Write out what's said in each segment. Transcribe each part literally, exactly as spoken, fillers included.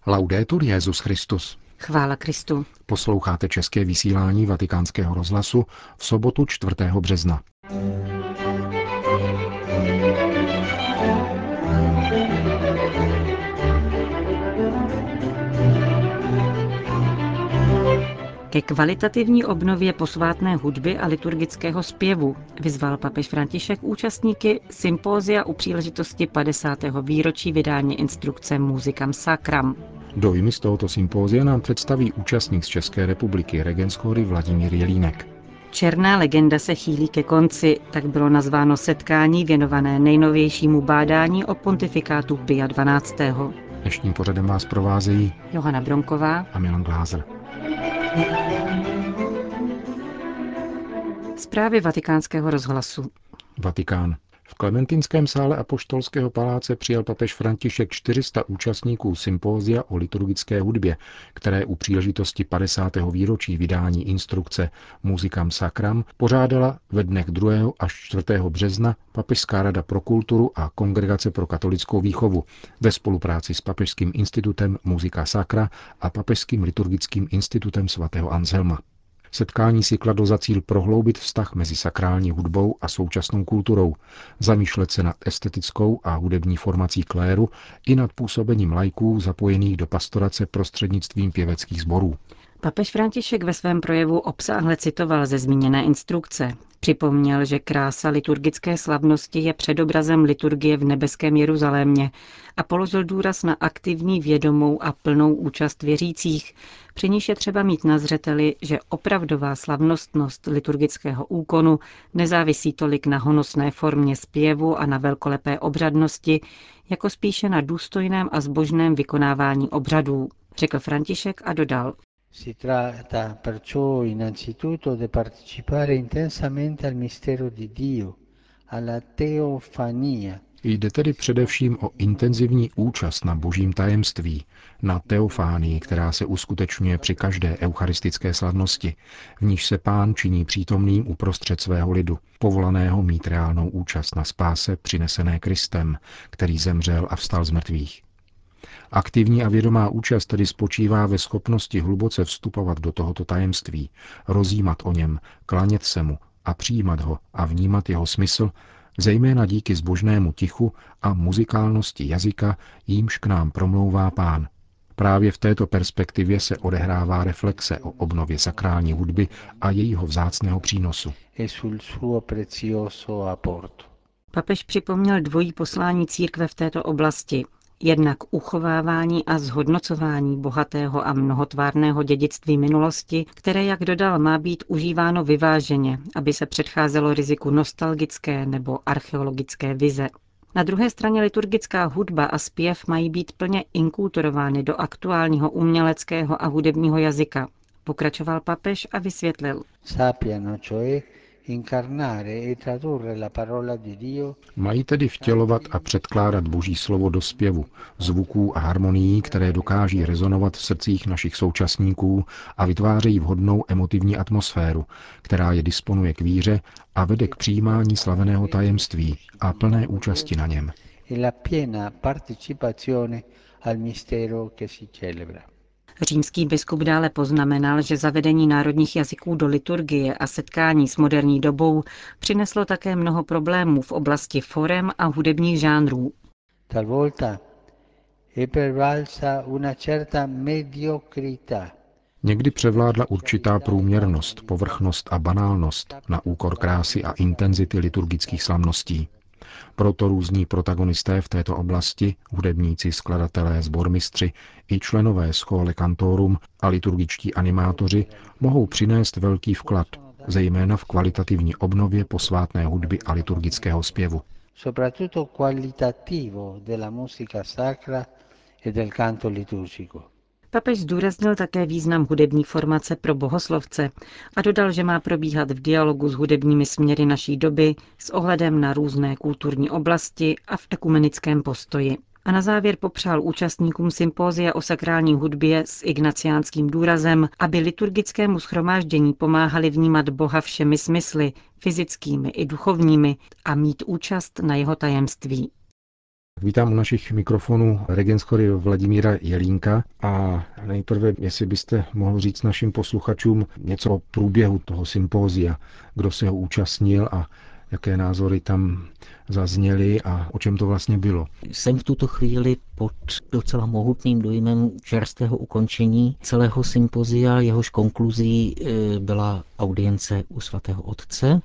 Laudetur Jesus Christus. Chvála Kristu. Posloucháte české vysílání Vatikánského rozhlasu v sobotu čtvrtého března. Ke kvalitativní obnově posvátné hudby a liturgického zpěvu vyzval papež František účastníky sympózia u příležitosti padesátého výročí vydání instrukce Musicam Sacram. Dojmy z tohoto sympózia nám představí účastník z České republiky regent schory Vladimír Jelínek. Černá legenda se chýlí ke konci, tak bylo nazváno setkání věnované nejnovějšímu bádání o pontifikátu Pia dvanáctého. Dnešním pořadem vás provázejí Johana Bronková a Milan Glázer. Zprávy Vatikánského rozhlasu. Vatikán. V Klementinském sále Apoštolského paláce přijal papež František čtyři sta účastníků sympózia o liturgické hudbě, které u příležitosti padesátého výročí vydání instrukce Musicam Sacram pořádala ve dnech druhého až čtvrtého března Papežská rada pro kulturu a Kongregace pro katolickou výchovu ve spolupráci s Papežským institutem Musica Sacra a Papežským liturgickým institutem svatého Anselma. Setkání si kladlo za cíl prohloubit vztah mezi sakrální hudbou a současnou kulturou, zamýšlet se nad estetickou a hudební formací kléru i nad působením laiků zapojených do pastorace prostřednictvím pěveckých sborů. Papež František ve svém projevu obsáhle citoval ze zmíněné instrukce. Připomněl, že krása liturgické slavnosti je předobrazem liturgie v nebeském Jeruzalémě a položil důraz na aktivní, vědomou a plnou účast věřících, při níž je třeba mít na zřeteli, že opravdová slavnostnost liturgického úkonu nezávisí tolik na honosné formě zpěvu a na velkolepé obřadnosti, jako spíše na důstojném a zbožném vykonávání obřadů, řekl František a dodal. Si tratta perciò innanzitutto di partecipare intensamente al mistero di Dio, alla teofania. Jde tedy především o intenzivní účast na božím tajemství, na teofánii, která se uskutečňuje při každé eucharistické slavnosti, v níž se Pán činí přítomným uprostřed svého lidu, povolaného mít reálnou účast na spáse přinesené Kristem, který zemřel a vstal z mrtvých. Aktivní a vědomá účast tedy spočívá ve schopnosti hluboce vstupovat do tohoto tajemství, rozjímat o něm, klanět se mu a přijímat ho a vnímat jeho smysl, zejména díky zbožnému tichu a muzikálnosti jazyka, jímž k nám promlouvá Pán. Právě v této perspektivě se odehrává reflexe o obnově sakrální hudby a jejího vzácného přínosu. Papež připomněl dvojí poslání církve v této oblasti. Jednak uchovávání a zhodnocování bohatého a mnohotvárného dědictví minulosti, které, jak dodal, má být užíváno vyváženě, aby se předcházelo riziku nostalgické nebo archeologické vize. Na druhé straně liturgická hudba a zpěv mají být plně inkulturovány do aktuálního uměleckého a hudebního jazyka, pokračoval papež a vysvětlil. Mají tedy vtělovat a předkládat Boží slovo do zpěvu, zvuků a harmonií, které dokáží rezonovat v srdcích našich současníků a vytvářejí vhodnou emotivní atmosféru, která je disponuje k víře a vede k přijímání slaveného tajemství a plné účasti na něm. Římský biskup dále poznamenal, že zavedení národních jazyků do liturgie a setkání s moderní dobou přineslo také mnoho problémů v oblasti forem a hudebních žánrů. Někdy převládla určitá průměrnost, povrchnost a banálnost na úkor krásy a intenzity liturgických slavností. Proto různí protagonisté v této oblasti, hudebníci, skladatelé, sbormistři i členové Scholae Cantorum a liturgičtí animátoři mohou přinést velký vklad, zejména v kvalitativní obnově posvátné hudby a liturgického zpěvu. Soprattutto qualitativo della musica sacra e del canto liturgico. Papež zdůraznil také význam hudební formace pro bohoslovce a dodal, že má probíhat v dialogu s hudebními směry naší doby s ohledem na různé kulturní oblasti a v ekumenickém postoji. A na závěr popřál účastníkům sympózia o sakrální hudbě s ignaciánským důrazem, aby liturgickému shromáždění pomáhali vnímat Boha všemi smysly, fyzickými i duchovními, a mít účast na jeho tajemství. Vítám u našich mikrofonů regenschory Vladimíra Jelínka a nejprve, jestli byste mohl říct našim posluchačům něco o průběhu toho sympózia, kdo se ho účastnil a jaké názory tam zazněly a o čem to vlastně bylo. Jsem v tuto chvíli pod docela mohutným dojmem čerstvého ukončení celého sympozia, jehož konkluzí byla audience u svatého otce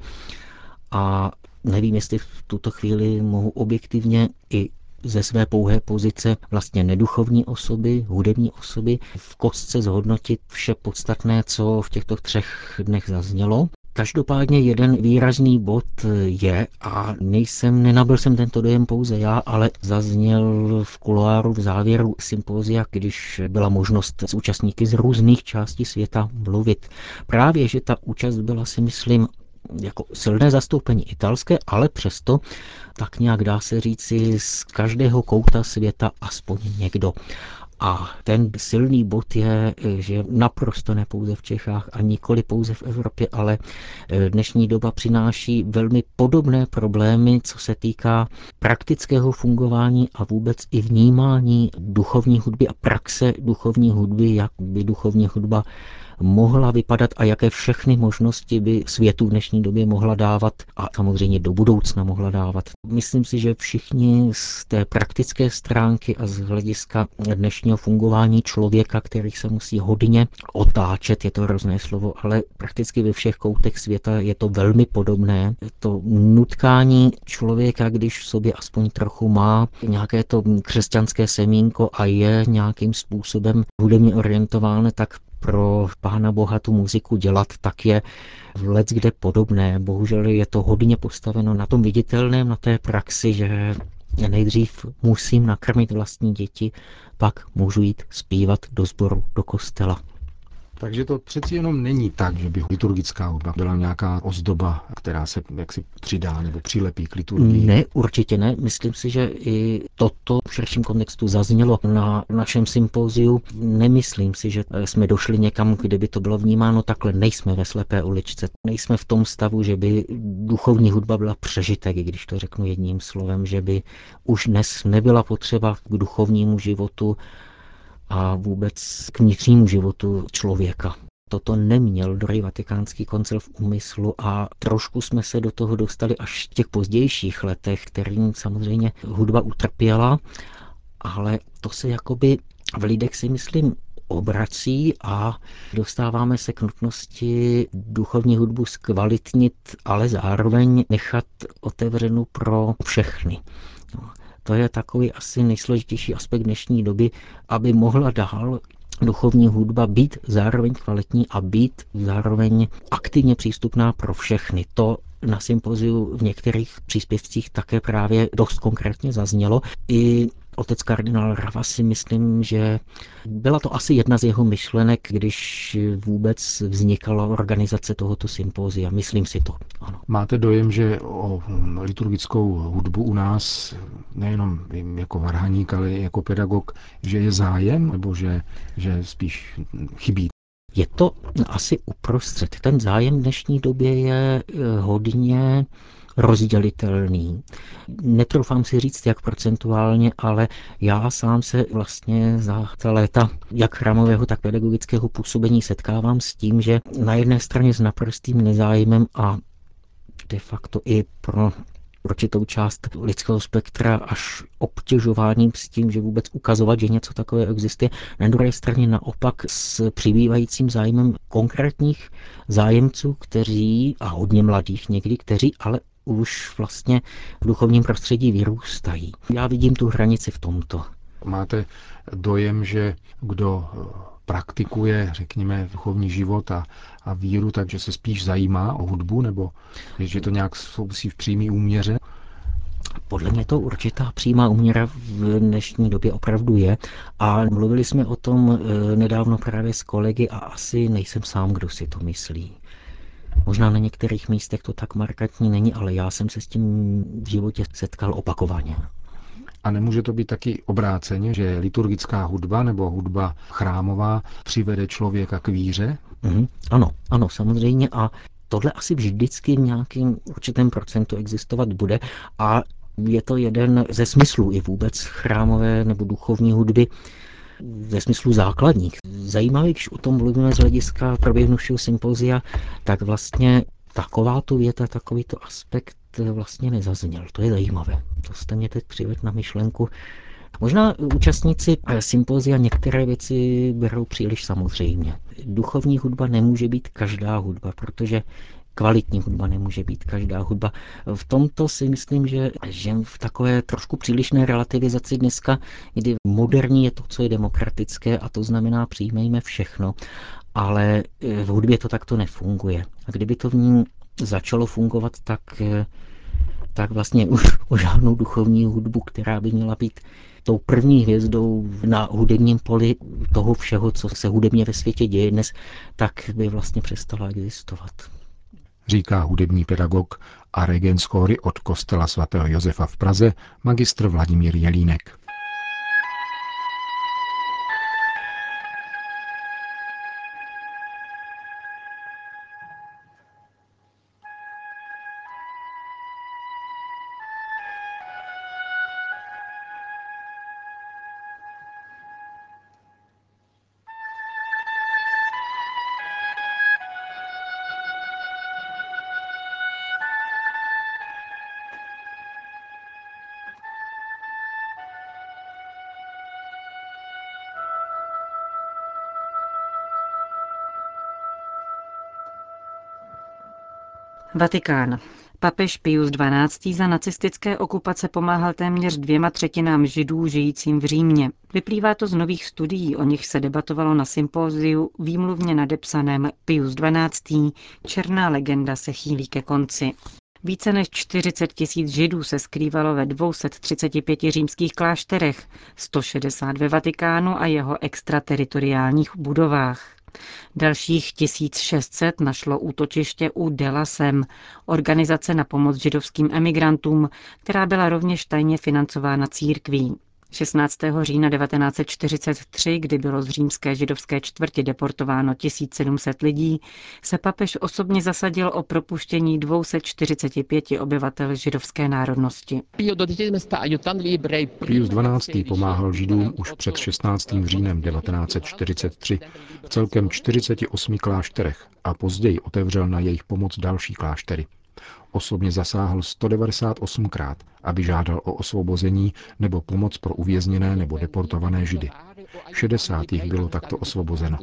a nevím, jestli v tuto chvíli mohu objektivně i ze své pouhé pozice vlastně neduchovní osoby, hudební osoby v kostce zhodnotit vše podstatné, co v těchto třech dnech zaznělo. Každopádně jeden výrazný bod je, a nejsem, nenabil jsem tento dojem pouze já, ale zazněl v kuloáru v závěru sympózia, když byla možnost s účastníky z různých částí světa mluvit. Právě, že ta účast byla, si myslím, jako silné zastoupení italské, ale přesto tak nějak dá se říci z každého kouta světa aspoň někdo. A ten silný bod je, že naprosto ne pouze v Čechách a nikoli pouze v Evropě, ale dnešní doba přináší velmi podobné problémy, co se týká praktického fungování a vůbec i vnímání duchovní hudby a praxe duchovní hudby, jak by duchovní hudba mohla vypadat a jaké všechny možnosti by světu v dnešní době mohla dávat a samozřejmě do budoucna mohla dávat. Myslím si, že všichni z té praktické stránky a z hlediska dnešního fungování člověka, který se musí hodně otáčet, je to hrozné slovo, ale prakticky ve všech koutech světa je to velmi podobné. To nutkání člověka, když v sobě aspoň trochu má nějaké to křesťanské semínko a je nějakým způsobem hudebně orientován, tak pro Pána Boha tu muziku dělat, tak je leckde podobné. Bohužel je to hodně postaveno na tom viditelném, na té praxi, že nejdřív musím nakrmit vlastní děti, pak můžu jít zpívat do sboru, do kostela. Takže to přeci jenom není tak, že by liturgická hudba byla nějaká ozdoba, která se jaksi přidá nebo přilepí k liturgii. Ne, určitě ne. Myslím si, že i toto v širším kontextu zaznělo na našem sympóziu. Nemyslím si, že jsme došli někam, kde by to bylo vnímáno takhle. Nejsme ve slepé uličce. Nejsme v tom stavu, že by duchovní hudba byla přežitek, když to řeknu jedním slovem, že by už dnes nebyla potřeba k duchovnímu životu a vůbec k vnitřnímu životu člověka. Toto neměl druhý vatikánský koncil v úmyslu a trošku jsme se do toho dostali až v těch pozdějších letech, kterým samozřejmě hudba utrpěla, ale to se jakoby v lidech, si myslím, obrací a dostáváme se k nutnosti duchovní hudbu zkvalitnit, ale zároveň nechat otevřenou pro všechny. To je takový asi nejsložitější aspekt dnešní doby, aby mohla dál duchovní hudba být zároveň kvalitní a být zároveň aktivně přístupná pro všechny. To na sympoziu v některých příspěvcích také právě dost konkrétně zaznělo. I otec kardinál Rava, si myslím, že byla to asi jedna z jeho myšlenek, když vůbec vznikala organizace tohoto sympózia. Myslím si to, ano. Máte dojem, že o liturgickou hudbu u nás, nejenom jako varhaník, ale jako pedagog, že je zájem, nebo že, že spíš chybí? Je to asi uprostřed. Ten zájem v dnešní době je hodně rozdělitelný. Netroufám si říct, jak procentuálně, ale já sám se vlastně za ta léta jak chrámového, tak pedagogického působení setkávám s tím, že na jedné straně s naprostým nezájmem a de facto i pro určitou část lidského spektra až obtěžováním s tím, že vůbec ukazovat, že něco takového existuje. Na druhé straně naopak s přibývajícím zájmem konkrétních zájemců, kteří, a hodně mladých někdy, kteří ale už vlastně v duchovním prostředí vyrůstají. Já vidím tu hranici v tomto. Máte dojem, že kdo praktikuje, řekněme, duchovní život a, a víru, takže se spíš zajímá o hudbu, nebo že to nějak souvisí v přímý úměře? Podle mě to určitá přímá úměra v dnešní době opravdu je a mluvili jsme o tom nedávno právě s kolegy a asi nejsem sám, kdo si to myslí. Možná na některých místech to tak markantní není, ale já jsem se s tím v životě setkal opakovaně. A nemůže to být taky obráceně, že liturgická hudba nebo hudba chrámová přivede člověka k víře? Mm, ano, ano, samozřejmě a tohle asi vždycky v nějakém určitém procentu existovat bude a Je to jeden ze smyslů i vůbec chrámové nebo duchovní hudby, ve smyslu základních. Zajímavé, když o tom mluvíme z hlediska proběhnuvšího sympozia, tak vlastně takováto věta, takovýto aspekt vlastně nezazněl. To je zajímavé. To jste mě teď přivedl na myšlenku. Možná účastníci sympozia některé věci berou příliš samozřejmě. Duchovní hudba nemůže být každá hudba, protože kvalitní hudba nemůže být každá hudba. V tomto si myslím, že žijeme v takové trošku přílišné relativizaci dneska, kdy moderní je to, co je demokratické, a to znamená přijmejme všechno, ale v hudbě to takto nefunguje. A kdyby to v ní začalo fungovat, tak, tak vlastně už o žádnou duchovní hudbu, která by měla být tou první hvězdou na hudebním poli toho všeho, co se hudebně ve světě děje dnes, tak by vlastně přestala existovat. Říká hudební pedagog a regent sóry od kostela svatého Josefa v Praze magistr Vladimír Jelínek. Vatikán. Papež Pius dvanáctý. Za nacistické okupace pomáhal téměř dvěma třetinám Židů žijícím v Římě. Vyplývá to z nových studií, o nich se debatovalo na sympóziu výmluvně nadepsaném Pius dvanáctý. Černá legenda se chýlí ke konci. Více než čtyřicet tisíc Židů se skrývalo ve dvě stě třicet pět římských klášterech, sto šedesát ve Vatikánu a jeho extrateritoriálních budovách. Dalších tisíc šest set našlo útočiště u Delasem, organizace na pomoc židovským emigrantům, která byla rovněž tajně financována církví. šestnáctého října devatenáct set čtyřicet tři, kdy bylo z římské židovské čtvrti deportováno tisíc sedm set lidí, se papež osobně zasadil o propuštění dvě stě čtyřicet pět obyvatel židovské národnosti. Pius dvanáctý. Pomáhal Židům už před šestnáctým říjnem devatenáct set čtyřicet tři v celkem čtyřiceti osmi klášterech a později otevřel na jejich pomoc další kláštery. Osobně zasáhl sto devadesát osmkrát, aby žádal o osvobození nebo pomoc pro uvězněné nebo deportované Židy. šedesát jich bylo takto osvobozeno.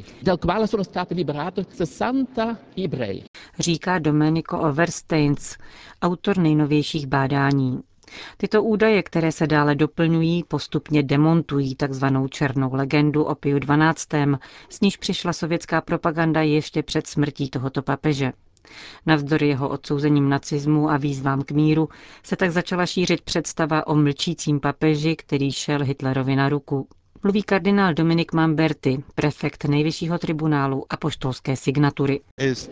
Říká Domenico Oversteins, autor nejnovějších bádání. Tyto údaje, které se dále doplňují, postupně demontují takzvanou černou legendu o Piu dvanáctém. S níž přišla sovětská propaganda ještě před smrtí tohoto papeže. Navzdory jeho odsouzením nacismu a výzvám k míru se tak začala šířit představa o mlčícím papeži, který šel Hitlerovi na ruku. Mluví kardinál Dominik Mamberti, prefekt nejvyššího tribunálu apoštolské signatury.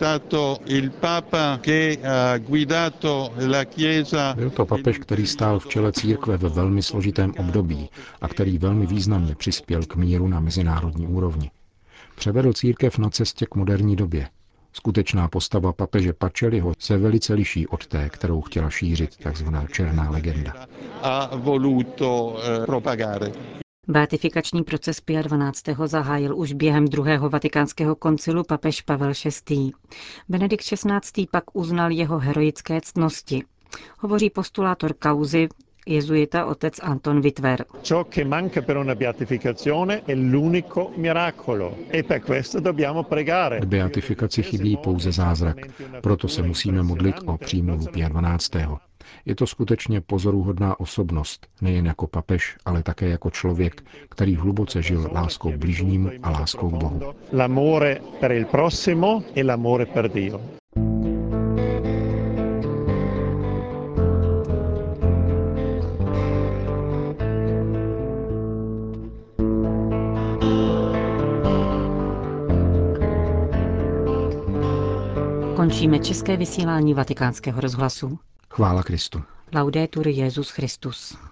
Byl to papež, který stál v čele církve ve velmi složitém období a který velmi významně přispěl k míru na mezinárodní úrovni. Převedl církev na cestě k moderní době. Skutečná postava papeže Pacelliho se velice liší od té, kterou chtěla šířit tzv. Černá legenda. Beatifikační proces Pia dvanáctého. zahájil už během druhého vatikánského koncilu papež Pavel šestý. Benedikt šestnáctý. pak uznal jeho heroické ctnosti. Hovoří postulátor kauzy, jezuita otec Anton Witwer. K beatifikaci chybí pouze zázrak, proto se musíme modlit o přímluvu Pia dvanáctého. Je to skutečně pozoruhodná osobnost, nejen jako papež, ale také jako člověk, který hluboce žil láskou k bližnímu a láskou k Bohu. Končíme české vysílání Vatikánského rozhlasu. Chvála Kristu. Laudetur Jesus Christus.